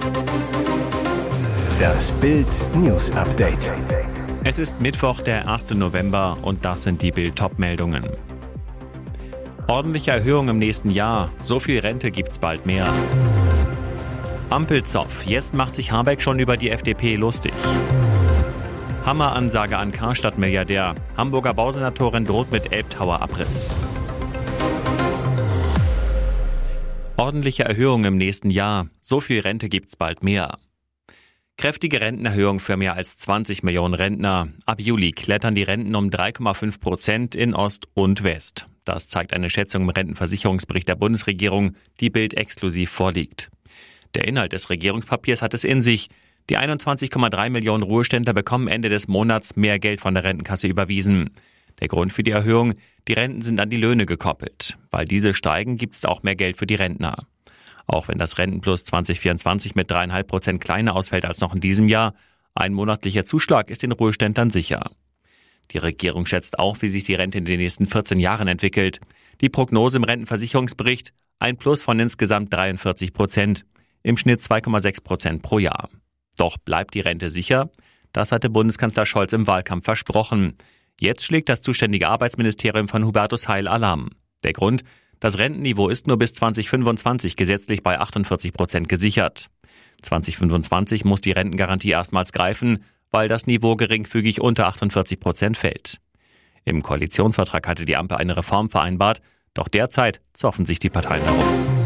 Das Bild News Update. Es ist Mittwoch, der 1. November und das sind die Bild-Top-Meldungen. Ordentliche Erhöhung im nächsten Jahr. So viel Rente gibt's bald mehr. Ampelzoff. Jetzt macht sich Habeck schon über die FDP lustig. Hammeransage an Karstadt-Milliardär. Hamburger Bausenatorin droht mit Elbtower-Abriss. Ordentliche Erhöhung im nächsten Jahr. So viel Rente gibt's bald mehr. Kräftige Rentenerhöhung für mehr als 20 Millionen Rentner. Ab Juli klettern die Renten um 3,5% in Ost und West. Das zeigt eine Schätzung im Rentenversicherungsbericht der Bundesregierung, die Bild exklusiv vorliegt. Der Inhalt des Regierungspapiers hat es in sich. Die 21,3 Millionen Ruheständler bekommen Ende des Monats mehr Geld von der Rentenkasse überwiesen. Der Grund für die Erhöhung: die Renten sind an die Löhne gekoppelt. Weil diese steigen, gibt es auch mehr Geld für die Rentner. Auch wenn das Rentenplus 2024 mit 3,5% kleiner ausfällt als noch in diesem Jahr, ein monatlicher Zuschlag ist den Ruheständlern sicher. Die Regierung schätzt auch, wie sich die Rente in den nächsten 14 Jahren entwickelt. Die Prognose im Rentenversicherungsbericht: ein Plus von insgesamt 43%, im Schnitt 2,6% pro Jahr. Doch bleibt die Rente sicher? Das hatte Bundeskanzler Scholz im Wahlkampf versprochen. Jetzt schlägt das zuständige Arbeitsministerium von Hubertus Heil Alarm. Der Grund: das Rentenniveau ist nur bis 2025 gesetzlich bei 48% gesichert. 2025 muss die Rentengarantie erstmals greifen, weil das Niveau geringfügig unter 48% fällt. Im Koalitionsvertrag hatte die Ampel eine Reform vereinbart, doch derzeit zoffen sich die Parteien darum.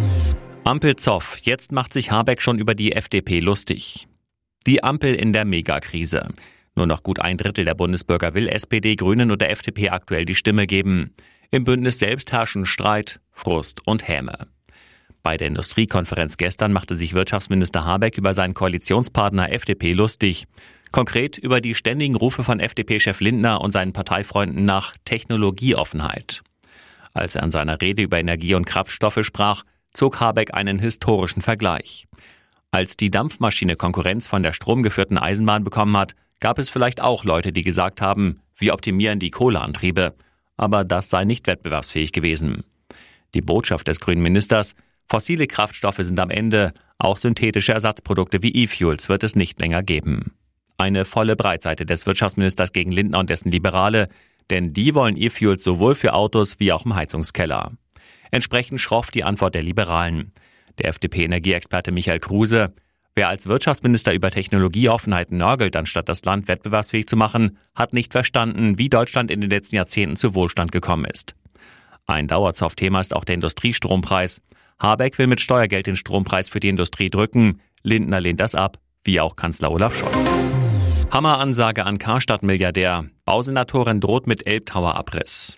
Ampelzoff. Jetzt macht sich Habeck schon über die FDP lustig. Die Ampel in der Megakrise. Nur noch gut ein Drittel der Bundesbürger will SPD, Grünen oder FDP aktuell die Stimme geben. Im Bündnis selbst herrschen Streit, Frust und Häme. Bei der Industriekonferenz gestern machte sich Wirtschaftsminister Habeck über seinen Koalitionspartner FDP lustig. Konkret über die ständigen Rufe von FDP-Chef Lindner und seinen Parteifreunden nach Technologieoffenheit. Als er an seiner Rede über Energie- und Kraftstoffe sprach, zog Habeck einen historischen Vergleich. Als die Dampfmaschine Konkurrenz von der stromgeführten Eisenbahn bekommen hat, gab es vielleicht auch Leute, die gesagt haben, wir optimieren die Kohleantriebe. Aber das sei nicht wettbewerbsfähig gewesen. Die Botschaft des grünen Ministers: fossile Kraftstoffe sind am Ende, auch synthetische Ersatzprodukte wie E-Fuels wird es nicht länger geben. Eine volle Breitseite des Wirtschaftsministers gegen Lindner und dessen Liberale, denn die wollen E-Fuels sowohl für Autos wie auch im Heizungskeller. Entsprechend schroff die Antwort der Liberalen. Der FDP-Energieexperte Michael Kruse: wer als Wirtschaftsminister über Technologieoffenheit nörgelt, anstatt das Land wettbewerbsfähig zu machen, hat nicht verstanden, wie Deutschland in den letzten Jahrzehnten zu Wohlstand gekommen ist. Ein Dauerzoff-Thema ist auch der Industriestrompreis. Habeck will mit Steuergeld den Strompreis für die Industrie drücken. Lindner lehnt das ab, wie auch Kanzler Olaf Scholz. Hammeransage an Karstadt-Milliardär. Bausenatorin droht mit Elbtower-Abriss.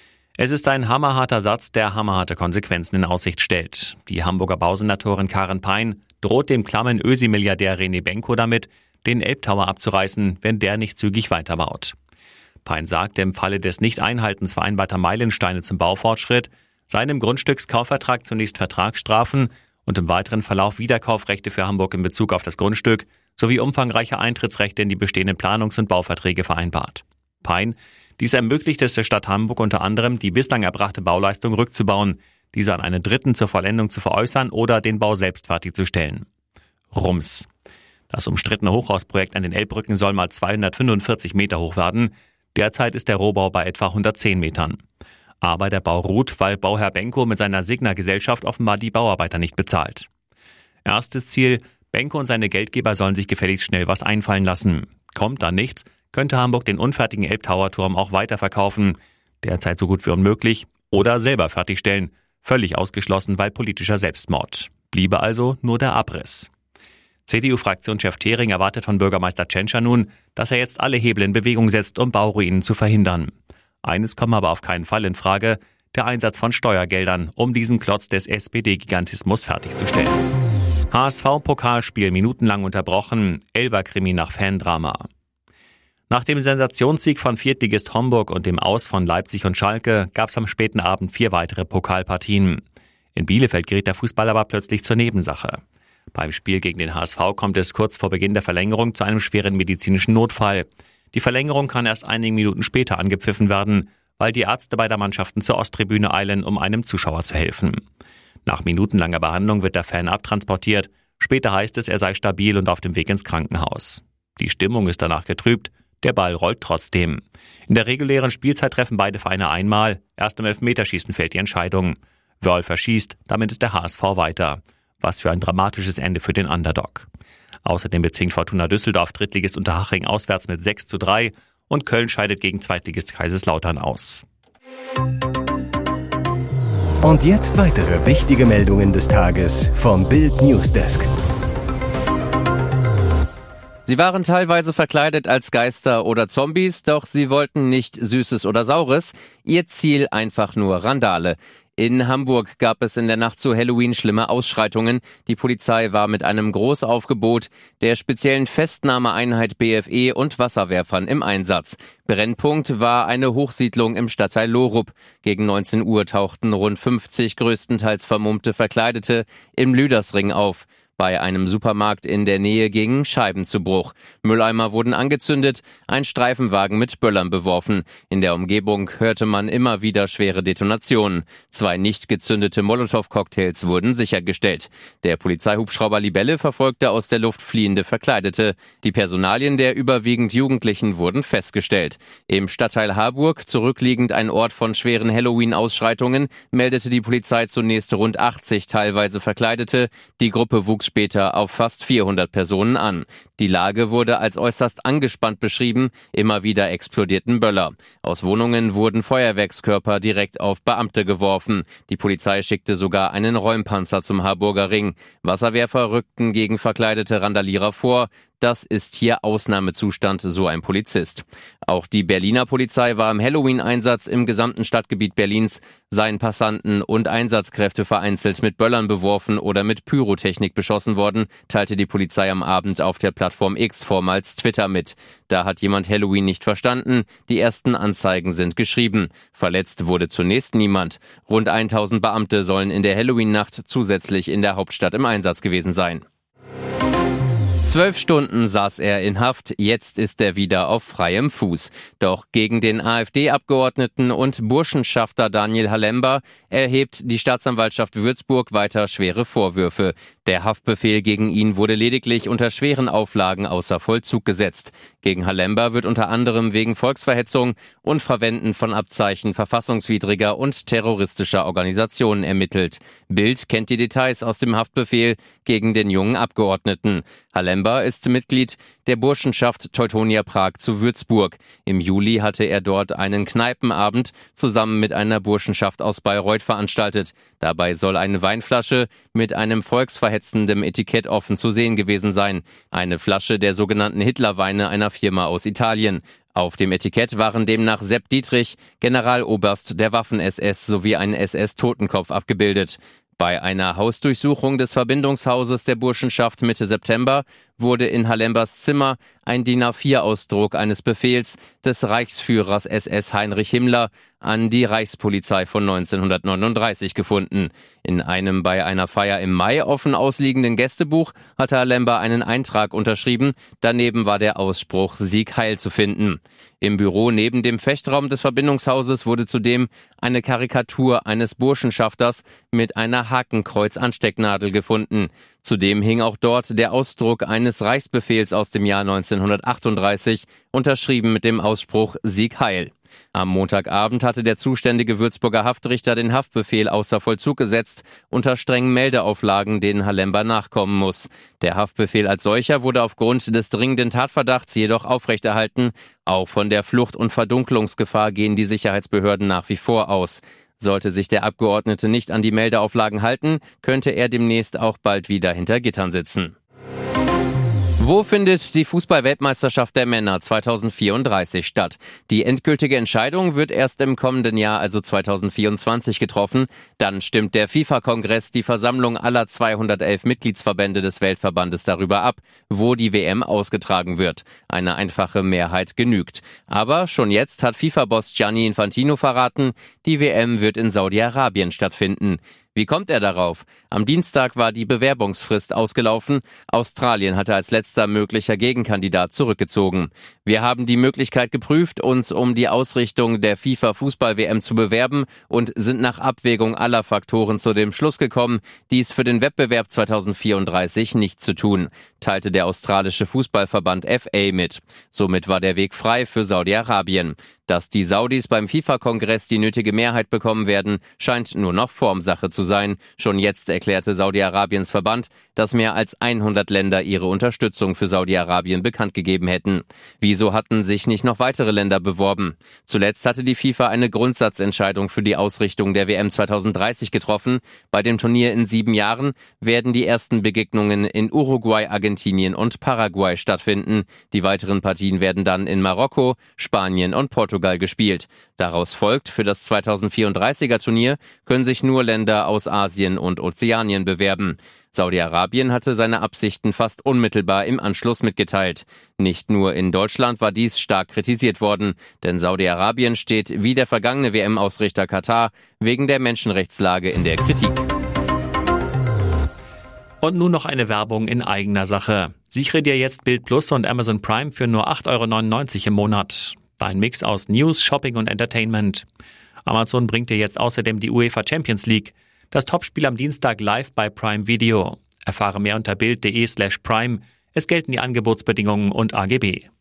Es ist ein hammerharter Satz, der hammerharte Konsequenzen in Aussicht stellt. Die Hamburger Bausenatorin Karin Pein droht dem klammen Ösi-Milliardär René Benko damit, den Elbtower abzureißen, wenn der nicht zügig weiterbaut. Pein sagte, im Falle des Nicht-Einhaltens vereinbarter Meilensteine zum Baufortschritt seien im Grundstückskaufvertrag zunächst Vertragsstrafen und im weiteren Verlauf Wiederkaufrechte für Hamburg in Bezug auf das Grundstück sowie umfangreiche Eintrittsrechte in die bestehenden Planungs- und Bauverträge vereinbart. Pein: dies ermöglicht es der Stadt Hamburg unter anderem, die bislang erbrachte Bauleistung rückzubauen, diese an einen Dritten zur Vollendung zu veräußern oder den Bau selbst fertigzustellen. Rums. Das umstrittene Hochhausprojekt an den Elbbrücken soll mal 245 Meter hoch werden. Derzeit ist der Rohbau bei etwa 110 Metern. Aber der Bau ruht, weil Bauherr Benko mit seiner Signa-Gesellschaft offenbar die Bauarbeiter nicht bezahlt. Erstes Ziel: Benko und seine Geldgeber sollen sich gefälligst schnell was einfallen lassen. Kommt dann nichts, könnte Hamburg den unfertigen Elbtower-Turm auch weiterverkaufen. Derzeit so gut wie unmöglich. Oder selber fertigstellen. Völlig ausgeschlossen, weil politischer Selbstmord. Bliebe also nur der Abriss. CDU-Fraktionschef Thering erwartet von Bürgermeister Tschentscher nun, dass er jetzt alle Hebel in Bewegung setzt, um Bauruinen zu verhindern. Eines komme aber auf keinen Fall in Frage: der Einsatz von Steuergeldern, um diesen Klotz des SPD-Gigantismus fertigzustellen. HSV-Pokalspiel minutenlang unterbrochen, Elfer-Krimi nach Fandrama. Nach dem Sensationssieg von Viertligist Homburg und dem Aus von Leipzig und Schalke gab es am späten Abend 4 weitere Pokalpartien. In Bielefeld geriet der Fußball aber plötzlich zur Nebensache. Beim Spiel gegen den HSV kommt es kurz vor Beginn der Verlängerung zu einem schweren medizinischen Notfall. Die Verlängerung kann erst einige Minuten später angepfiffen werden, weil die Ärzte beider Mannschaften zur Osttribüne eilen, um einem Zuschauer zu helfen. Nach minutenlanger Behandlung wird der Fan abtransportiert. Später heißt es, er sei stabil und auf dem Weg ins Krankenhaus. Die Stimmung ist danach getrübt, der Ball rollt trotzdem. In der regulären Spielzeit treffen beide Vereine einmal. Erst im Elfmeterschießen fällt die Entscheidung. Wörl verschießt, damit ist der HSV weiter. Was für ein dramatisches Ende für den Underdog. Außerdem bezwingt Fortuna Düsseldorf Drittligist Unterhaching auswärts mit 6:3 und Köln scheidet gegen Zweitligist Kaiserslautern aus. Und jetzt weitere wichtige Meldungen des Tages vom Bild Newsdesk. Sie waren teilweise verkleidet als Geister oder Zombies, doch sie wollten nicht Süßes oder Saures. Ihr Ziel einfach nur Randale. In Hamburg gab es in der Nacht zu Halloween schlimme Ausschreitungen. Die Polizei war mit einem Großaufgebot der speziellen Festnahmeeinheit BFE und Wasserwerfern im Einsatz. Brennpunkt war eine Hochsiedlung im Stadtteil Lorup. Gegen 19 Uhr tauchten rund 50 größtenteils vermummte Verkleidete im Lüdersring auf. Bei einem Supermarkt in der Nähe gingen Scheiben zu Bruch. Mülleimer wurden angezündet, ein Streifenwagen mit Böllern beworfen. In der Umgebung hörte man immer wieder schwere Detonationen. 2 nicht gezündete Molotow-Cocktails wurden sichergestellt. Der Polizeihubschrauber Libelle verfolgte aus der Luft fliehende Verkleidete. Die Personalien der überwiegend Jugendlichen wurden festgestellt. Im Stadtteil Harburg, zurückliegend ein Ort von schweren Halloween-Ausschreitungen, meldete die Polizei zunächst rund 80 teilweise Verkleidete. Die Gruppe wuchs später auf fast 400 Personen an. Die Lage wurde als äußerst angespannt beschrieben, immer wieder explodierten Böller. Aus Wohnungen wurden Feuerwerkskörper direkt auf Beamte geworfen. Die Polizei schickte sogar einen Räumpanzer zum Harburger Ring. Wasserwerfer rückten gegen verkleidete Randalierer vor. Das ist hier Ausnahmezustand, so ein Polizist. Auch die Berliner Polizei war im Halloween-Einsatz im gesamten Stadtgebiet Berlins, seien Passanten und Einsatzkräfte vereinzelt mit Böllern beworfen oder mit Pyrotechnik beschossen worden, teilte die Polizei am Abend auf der Plattform X, vormals Twitter, mit. Da hat jemand Halloween nicht verstanden, die ersten Anzeigen sind geschrieben. Verletzt wurde zunächst niemand. Rund 1000 Beamte sollen in der Halloween-Nacht zusätzlich in der Hauptstadt im Einsatz gewesen sein. 12 Stunden saß er in Haft, jetzt ist er wieder auf freiem Fuß. Doch gegen den AfD-Abgeordneten und Burschenschafter Daniel Halember erhebt die Staatsanwaltschaft Würzburg weiter schwere Vorwürfe. Der Haftbefehl gegen ihn wurde lediglich unter schweren Auflagen außer Vollzug gesetzt. Gegen Halember wird unter anderem wegen Volksverhetzung und Verwenden von Abzeichen verfassungswidriger und terroristischer Organisationen ermittelt. Bild kennt die Details aus dem Haftbefehl gegen den jungen Abgeordneten. Halember ist Mitglied der Burschenschaft Teutonia Prag zu Würzburg. Im Juli hatte er dort einen Kneipenabend zusammen mit einer Burschenschaft aus Bayreuth veranstaltet. Dabei soll eine Weinflasche mit einem volksverhetzenden Etikett offen zu sehen gewesen sein. Eine Flasche der sogenannten Hitlerweine einer Firma aus Italien. Auf dem Etikett waren demnach Sepp Dietrich, Generaloberst der Waffen-SS sowie ein SS-Totenkopf abgebildet. Bei einer Hausdurchsuchung des Verbindungshauses der Burschenschaft Mitte September wurde in Halembers Zimmer ein DIN A4-Ausdruck eines Befehls des Reichsführers SS Heinrich Himmler an die Reichspolizei von 1939 gefunden. In einem bei einer Feier im Mai offen ausliegenden Gästebuch hatte Halember einen Eintrag unterschrieben. Daneben war der Ausspruch Sieg Heil zu finden. Im Büro neben dem Fechtraum des Verbindungshauses wurde zudem eine Karikatur eines Burschenschafters mit einer Hakenkreuz-Anstecknadel gefunden. Zudem hing auch dort der Ausdruck eines Reichsbefehls aus dem Jahr 1938, unterschrieben mit dem Ausspruch Sieg Heil. Am Montagabend hatte der zuständige Würzburger Haftrichter den Haftbefehl außer Vollzug gesetzt, unter strengen Meldeauflagen, denen Halember nachkommen muss. Der Haftbefehl als solcher wurde aufgrund des dringenden Tatverdachts jedoch aufrechterhalten. Auch von der Flucht- und Verdunklungsgefahr gehen die Sicherheitsbehörden nach wie vor aus. Sollte sich der Abgeordnete nicht an die Meldeauflagen halten, könnte er demnächst auch bald wieder hinter Gittern sitzen. Wo findet die Fußball-Weltmeisterschaft der Männer 2034 statt? Die endgültige Entscheidung wird erst im kommenden Jahr, also 2024, getroffen. Dann stimmt der FIFA-Kongress, die Versammlung aller 211 Mitgliedsverbände des Weltverbandes, darüber ab, wo die WM ausgetragen wird. Eine einfache Mehrheit genügt. Aber schon jetzt hat FIFA-Boss Gianni Infantino verraten, die WM wird in Saudi-Arabien stattfinden. Wie kommt er darauf? Am Dienstag war die Bewerbungsfrist ausgelaufen. Australien hatte als letzter möglicher Gegenkandidat zurückgezogen. Wir haben die Möglichkeit geprüft, uns um die Ausrichtung der FIFA-Fußball-WM zu bewerben und sind nach Abwägung aller Faktoren zu dem Schluss gekommen, dies für den Wettbewerb 2034 nicht zu tun, teilte der australische Fußballverband FA mit. Somit war der Weg frei für Saudi-Arabien. Dass die Saudis beim FIFA-Kongress die nötige Mehrheit bekommen werden, scheint nur noch Formsache zu sein. Schon jetzt erklärte Saudi-Arabiens Verband, dass mehr als 100 Länder ihre Unterstützung für Saudi-Arabien bekannt gegeben hätten. Wieso hatten sich nicht noch weitere Länder beworben? Zuletzt hatte die FIFA eine Grundsatzentscheidung für die Ausrichtung der WM 2030 getroffen. Bei dem Turnier in 7 Jahren werden die ersten Begegnungen in Uruguay, Argentinien und Paraguay stattfinden. Die weiteren Partien werden dann in Marokko, Spanien und Portugal gespielt. Daraus folgt, für das 2034er Turnier können sich nur Länder aus Asien und Ozeanien bewerben. Saudi-Arabien hatte seine Absichten fast unmittelbar im Anschluss mitgeteilt. Nicht nur in Deutschland war dies stark kritisiert worden, denn Saudi-Arabien steht wie der vergangene WM-Ausrichter Katar wegen der Menschenrechtslage in der Kritik. Und nun noch eine Werbung in eigener Sache. Sichere dir jetzt Bild Plus und Amazon Prime für nur 8,99 € im Monat. Dein Mix aus News, Shopping und Entertainment. Amazon bringt dir jetzt außerdem die UEFA Champions League. Das Topspiel am Dienstag live bei Prime Video. Erfahre mehr unter bild.de/prime. Es gelten die Angebotsbedingungen und AGB.